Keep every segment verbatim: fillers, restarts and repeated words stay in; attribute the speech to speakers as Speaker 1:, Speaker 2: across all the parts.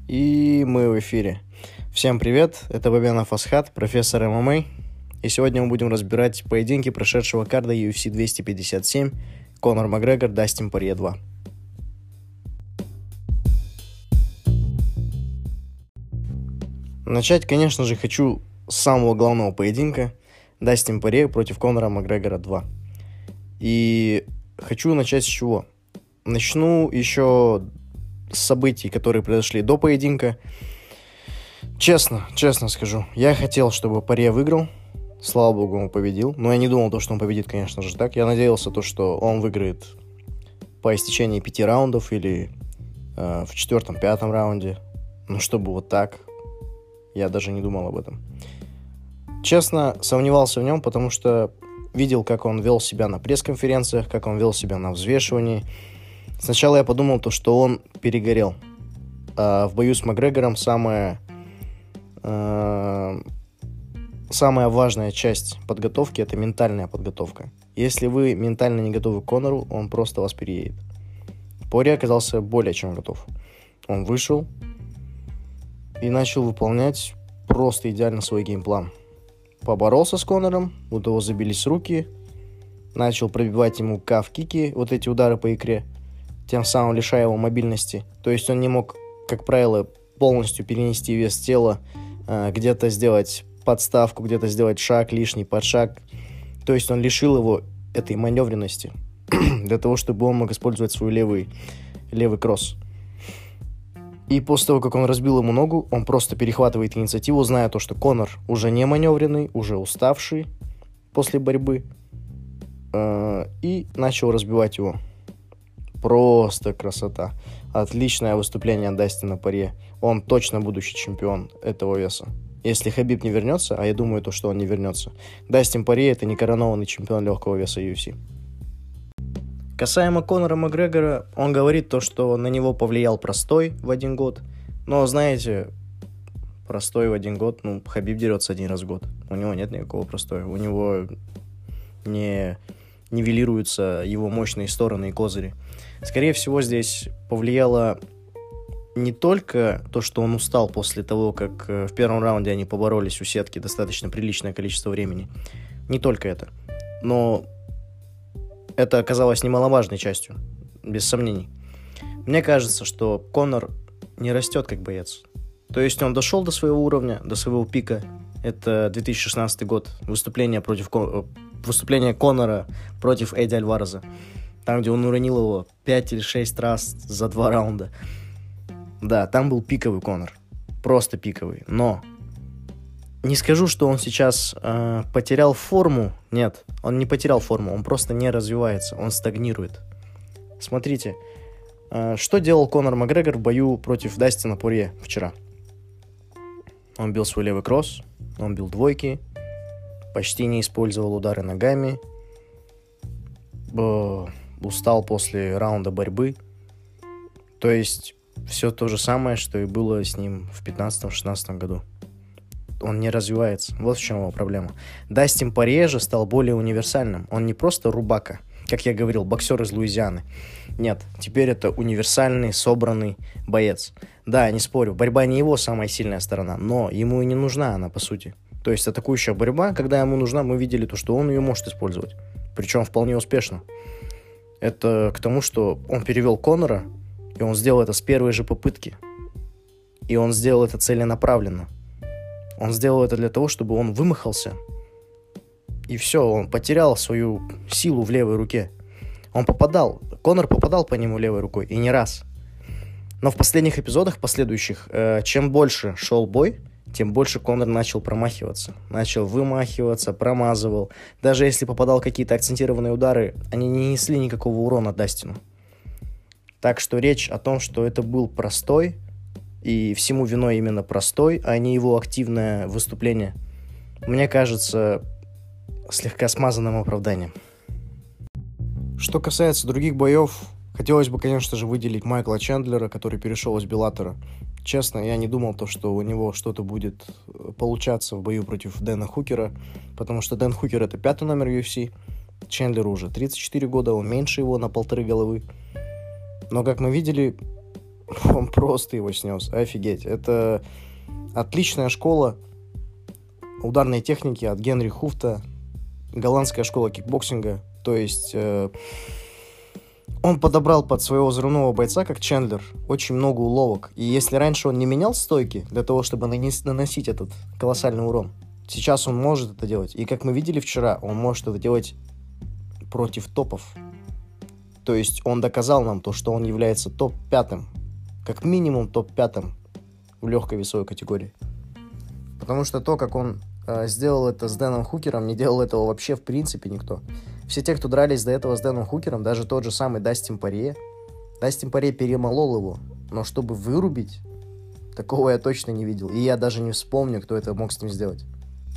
Speaker 1: И мы в эфире. Всем привет, это Бабенов Асхат, профессор эм эм а. И сегодня мы будем разбирать поединки прошедшего карда ю эф си двести пятьдесят семь, Конор Макгрегор, Дастин Порье два. Начать, конечно же, хочу с самого главного поединка. Дастин Порье против Конора Макгрегора два. И хочу начать с чего? Начну еще с событий, которые произошли до поединка. Честно, честно скажу, я хотел, чтобы Порье выиграл. Слава богу, он победил. Но я не думал, то, что он победит, конечно же, так. Я надеялся, то, что он выиграет по истечении пяти раундов или э, в четвертом-пятом раунде. Ну, чтобы вот так. Я даже не думал об этом. Честно, сомневался в нем, потому что видел, как он вел себя на пресс-конференциях, как он вел себя на взвешивании. Сначала я подумал, то, что он перегорел. А в бою с Макгрегором самая, э, самая важная часть подготовки – это ментальная подготовка. Если вы ментально не готовы к Конору, он просто вас переедет. Порье оказался более чем готов. Он вышел и начал выполнять просто идеально свой геймплан. Поборолся с Конором, у того забились руки, начал пробивать ему кав-кики, вот эти удары по икре, тем самым лишая его мобильности. То есть он не мог, как правило, полностью перенести вес тела, где-то сделать подставку, где-то сделать шаг, лишний подшаг. То есть он лишил его этой маневренности для того, чтобы он мог использовать свой левый, левый кросс. И после того, как он разбил ему ногу, он просто перехватывает инициативу, зная то, что Конор уже не маневренный, уже уставший после борьбы, и начал разбивать его. Просто красота. Отличное выступление Дастина Порье. Он точно будущий чемпион этого веса. Если Хабиб не вернется, а я думаю, то, что он не вернется, Дастин Порье — это не коронованный чемпион легкого веса ю эф си. Касаемо Конора Макгрегора, он говорит то, что на него повлиял простой в один год. Но, знаете, простой в один год, ну, Хабиб дерется один раз в год. У него нет никакого простоя. У него не нивелируются его мощные стороны и козыри. Скорее всего, здесь повлияло не только то, что он устал после того, как в первом раунде они поборолись у сетки достаточно приличное количество времени. Не только это. Но это оказалось немаловажной частью, без сомнений. Мне кажется, что Конор не растет как боец. То есть он дошел до своего уровня, до своего пика. Это две тысячи шестнадцатый год. Выступление, против, выступление Конора против Эдди Альвареса. Там, где он уронил его пять или шесть раз за два раунда. Да, там был пиковый Конор. Просто пиковый. Но не скажу, что он сейчас э, потерял форму. Нет, он не потерял форму. Он просто не развивается. Он стагнирует. Смотрите, э, что делал Конор Макгрегор в бою против Дастина Порье вчера. Он бил свой левый кросс. Он бил двойки. Почти не использовал удары ногами. Э, устал после раунда борьбы. То есть все то же самое, что и было с ним в пятнадцатом-шестнадцатом году. Он не развивается. Вот в чем его проблема. Дастин Порье же стал более универсальным. Он не просто рубака, как я говорил, боксер из Луизианы. Нет, теперь это универсальный, собранный боец. Да, не спорю, борьба не его самая сильная сторона, но ему и не нужна она, по сути. То есть атакующая борьба, когда ему нужна, мы видели то, что он ее может использовать. Причем вполне успешно. Это к тому, что он перевел Конора, и он сделал это с первой же попытки. И он сделал это целенаправленно. Он сделал это для того, чтобы он вымахался. И все, он потерял свою силу в левой руке. Он попадал, Конор попадал по нему левой рукой, и не раз. Но в последних эпизодах, последующих, э, чем больше шел бой, тем больше Конор начал промахиваться. Начал вымахиваться, промазывал. Даже если попадал какие-то акцентированные удары, они не несли никакого урона Дастину. Так что речь о том, что это был простой, и всему виной именно простой, а не его активное выступление, мне кажется слегка смазанным оправданием. Что касается других боев, хотелось бы, конечно же, выделить Майкла Чендлера, который перешел из Беллатора. Честно, я не думал, то, что у него что-то будет получаться в бою против Дэна Хукера, потому что Дэн Хукер — это пятый номер ю эф си, Чендлеру уже тридцать четыре года, он меньше его на полторы головы. Но, как мы видели, он просто его снес. Офигеть. Это отличная школа ударной техники от Генри Хуфта, голландская школа кикбоксинга. То есть э, он подобрал под своего взрывного бойца, как Чендлер, очень много уловок. И если раньше он не менял стойки для того, чтобы нанес, наносить этот колоссальный урон, сейчас он может это делать. И как мы видели вчера, он может это делать против топов. То есть он доказал нам то, что он является топ-пятым, как минимум топ-пятым в легкой весовой категории. Потому что то, как он э, сделал это с Дэном Хукером, не делал этого вообще в принципе никто. Все те, кто дрались до этого с Дэном Хукером, даже тот же самый Дастин Порье, Дастин Порье перемолол его. Но чтобы вырубить, такого я точно не видел. И я даже не вспомню, кто это мог с ним сделать.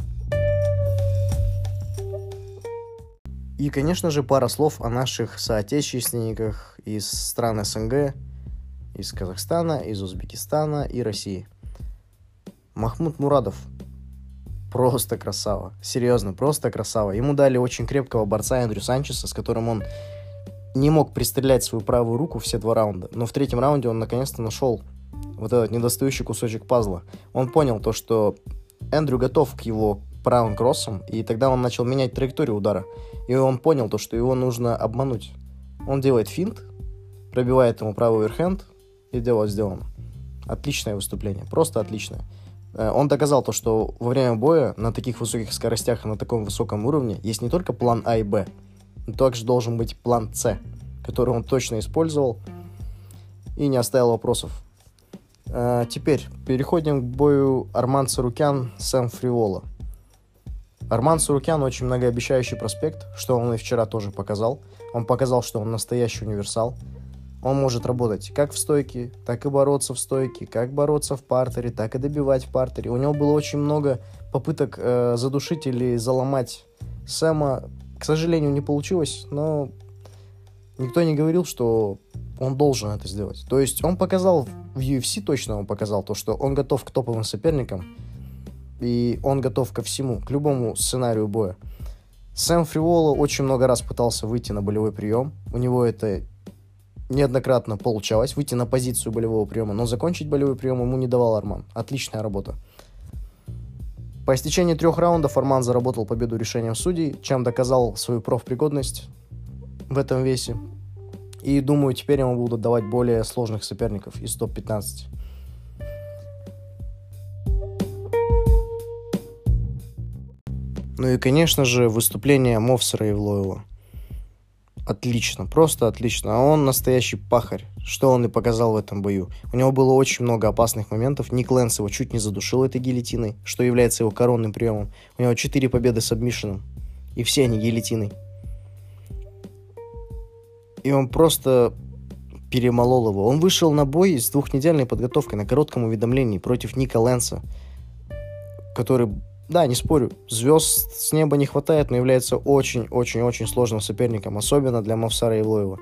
Speaker 1: И, конечно же, пара слов о наших соотечественниках из стран СНГ, из Казахстана, из Узбекистана и России. Махмуд Мурадов. Просто красава. Серьезно, просто красава. Ему дали очень крепкого борца Эндрю Санчеса, с которым он не мог пристрелять свою правую руку все два раунда. Но в третьем раунде он наконец-то нашел вот этот недостающий кусочек пазла. Он понял то, что Эндрю готов к его правым кроссам, и тогда он начал менять траекторию удара. И он понял то, что его нужно обмануть. Он делает финт, пробивает ему правый оверхенд, и дело сделано. Отличное выступление, просто отличное. Он доказал то, что во время боя на таких высоких скоростях и на таком высоком уровне есть не только план А и Б, но также должен быть план С, который он точно использовал и не оставил вопросов. А теперь переходим к бою Арман Царукян, Сэм Фривола. Арман Царукян очень многообещающий проспект, что он и вчера тоже показал. Он показал, что он настоящий универсал. Он может работать как в стойке, так и бороться в стойке, как бороться в партере, так и добивать в партере. У него было очень много попыток э, задушить или заломать Сэма. К сожалению, не получилось, но никто не говорил, что он должен это сделать. То есть он показал, в ю эф си точно он показал то, что он готов к топовым соперникам, и он готов ко всему, к любому сценарию боя. Сэм Фривола очень много раз пытался выйти на болевой прием. У него это неоднократно получалось, выйти на позицию болевого приема, но закончить болевой прием ему не давал Арман. Отличная работа. По истечении трех раундов Арман заработал победу решением судей, чем доказал свою профпригодность в этом весе. И думаю, теперь ему будут давать более сложных соперников из топ пятнадцать. Ну и, конечно же, выступление Мовсара Евлоева. Отлично, просто отлично. А он настоящий пахарь, что он и показал в этом бою. У него было очень много опасных моментов. Ник Лэнс его чуть не задушил этой гильотиной, что является его коронным приемом. У него четыре победы с сабмишеном, и все они гильотиной. И он просто перемолол его. Он вышел на бой с двухнедельной подготовкой на коротком уведомлении против Ника Лэнса, который... Да, не спорю, звезд с неба не хватает, но является очень-очень-очень сложным соперником, особенно для Мовсара Евлоева.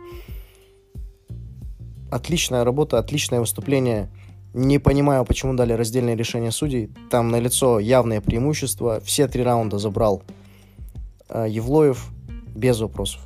Speaker 1: Отличная работа, отличное выступление. Не понимаю, почему дали раздельное решение судей. Там налицо явное преимущество. Все три раунда забрал э, Евлоев без вопросов.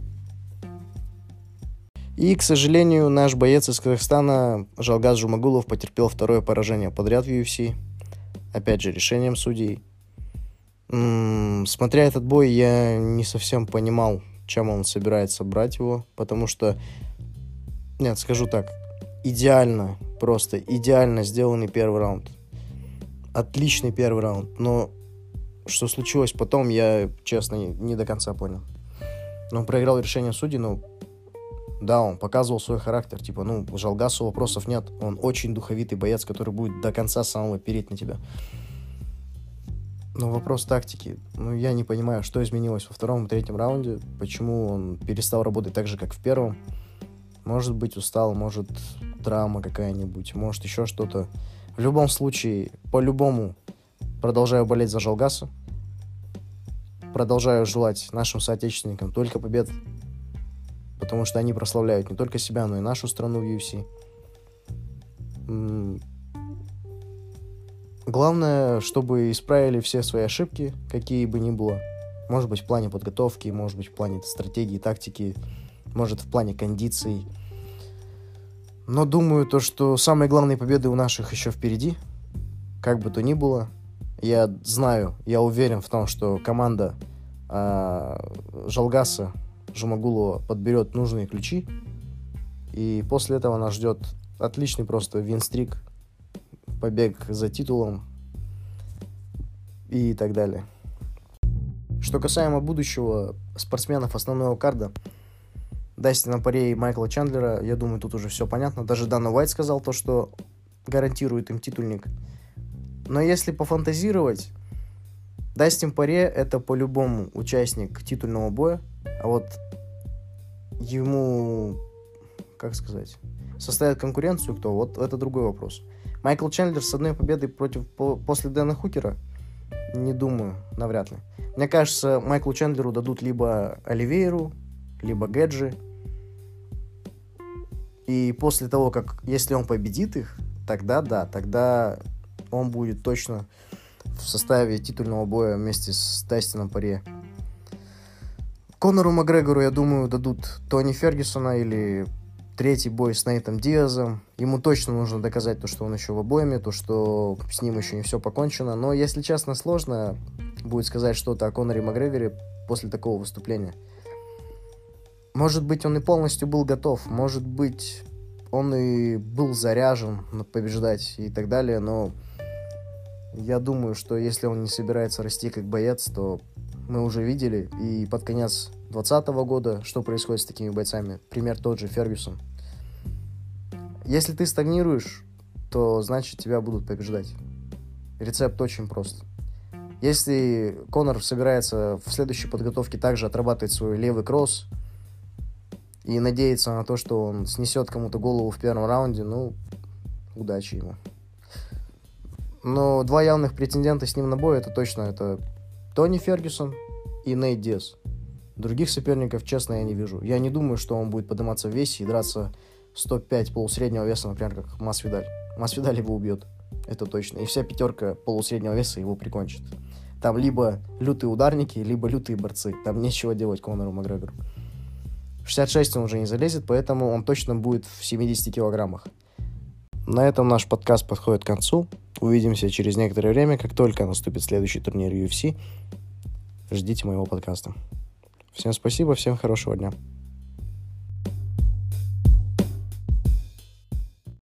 Speaker 1: И, к сожалению, наш боец из Казахстана Жалгаз Жумагулов потерпел второе поражение подряд в ю эф си. Опять же, решением судей. М-м, смотря этот бой, я не совсем понимал, чем он собирается брать его, потому что, нет, скажу так, идеально, просто идеально сделанный первый раунд. Отличный первый раунд, но что случилось потом, я, честно, не, не до конца понял. Но он проиграл решение судей, но да, он показывал свой характер, типа, ну, у Жалгасу вопросов нет, он очень духовитый боец, который будет до конца самого переть на тебя. Но вопрос тактики, ну, я не понимаю, что изменилось во втором и третьем раунде, почему он перестал работать так же, как в первом. Может быть, устал, может, травма какая-нибудь, может, еще что-то. В любом случае, по-любому, продолжаю болеть за Жалгаса, продолжаю желать нашим соотечественникам только побед, потому что они прославляют не только себя, но и нашу страну в ю эф си. Главное, чтобы исправили все свои ошибки, какие бы ни было. Может быть, в плане подготовки, может быть, в плане стратегии, тактики, может, в плане кондиций. Но думаю, то, что самые главные победы у наших еще впереди. Как бы то ни было, я знаю, я уверен в том, что команда э, Жалгаса Жумагулова подберет нужные ключи. И после этого нас ждет отличный просто винстрик, побег за титулом и так далее. Что касаемо будущего спортсменов основного карда, Дастина Порье и Майкла Чендлера, я думаю, тут уже все понятно. Даже Дана Уайт сказал то, что гарантирует им титульник. Но если пофантазировать, Дастин Порье это по-любому участник титульного боя, а вот ему, как сказать, составит конкуренцию кто, вот это другой вопрос. Майкл Чендлер с одной победой против по, после Дэна Хукера, не думаю, навряд ли. Мне кажется, Майклу Чендлеру дадут либо Оливейру, либо Гэджи. И после того, как, если он победит их, тогда да, тогда он будет точно в составе титульного боя вместе с Дастином Порье. Конору Макгрегору, я думаю, дадут Тони Фергюсона или третий бой с Нейтом Диазом. Ему точно нужно доказать то, что он еще в обойме, то, что с ним еще не все покончено. Но, если честно, сложно будет сказать что-то о Коноре Макгрегоре после такого выступления. Может быть, он и полностью был готов, может быть, он и был заряжен побеждать и так далее, но я думаю, что если он не собирается расти как боец, то мы уже видели и под конец двадцатого года, что происходит с такими бойцами. Пример тот же Фергюсон. Если ты стагнируешь, то значит тебя будут побеждать. Рецепт очень прост. Если Конор собирается в следующей подготовке также отрабатывать свой левый кросс и надеяться на то, что он снесет кому-то голову в первом раунде, ну, удачи ему. Но два явных претендента с ним на бой, это точно, это Тони Фергюсон и Нейт Диаз. Других соперников, честно, я не вижу. Я не думаю, что он будет подниматься в весе и драться сто пять полусреднего веса, например, как Масвидаль. Масвидаль его убьет, это точно. И вся пятерка полусреднего веса его прикончит. Там либо лютые ударники, либо лютые борцы. Там нечего делать Конору Макгрегору. В шестьдесят шесть он уже не залезет, поэтому он точно будет в семидесяти килограммах. На этом наш подкаст подходит к концу. Увидимся через некоторое время, как только наступит следующий турнир ю эф си. Ждите моего подкаста. Всем спасибо, всем хорошего дня.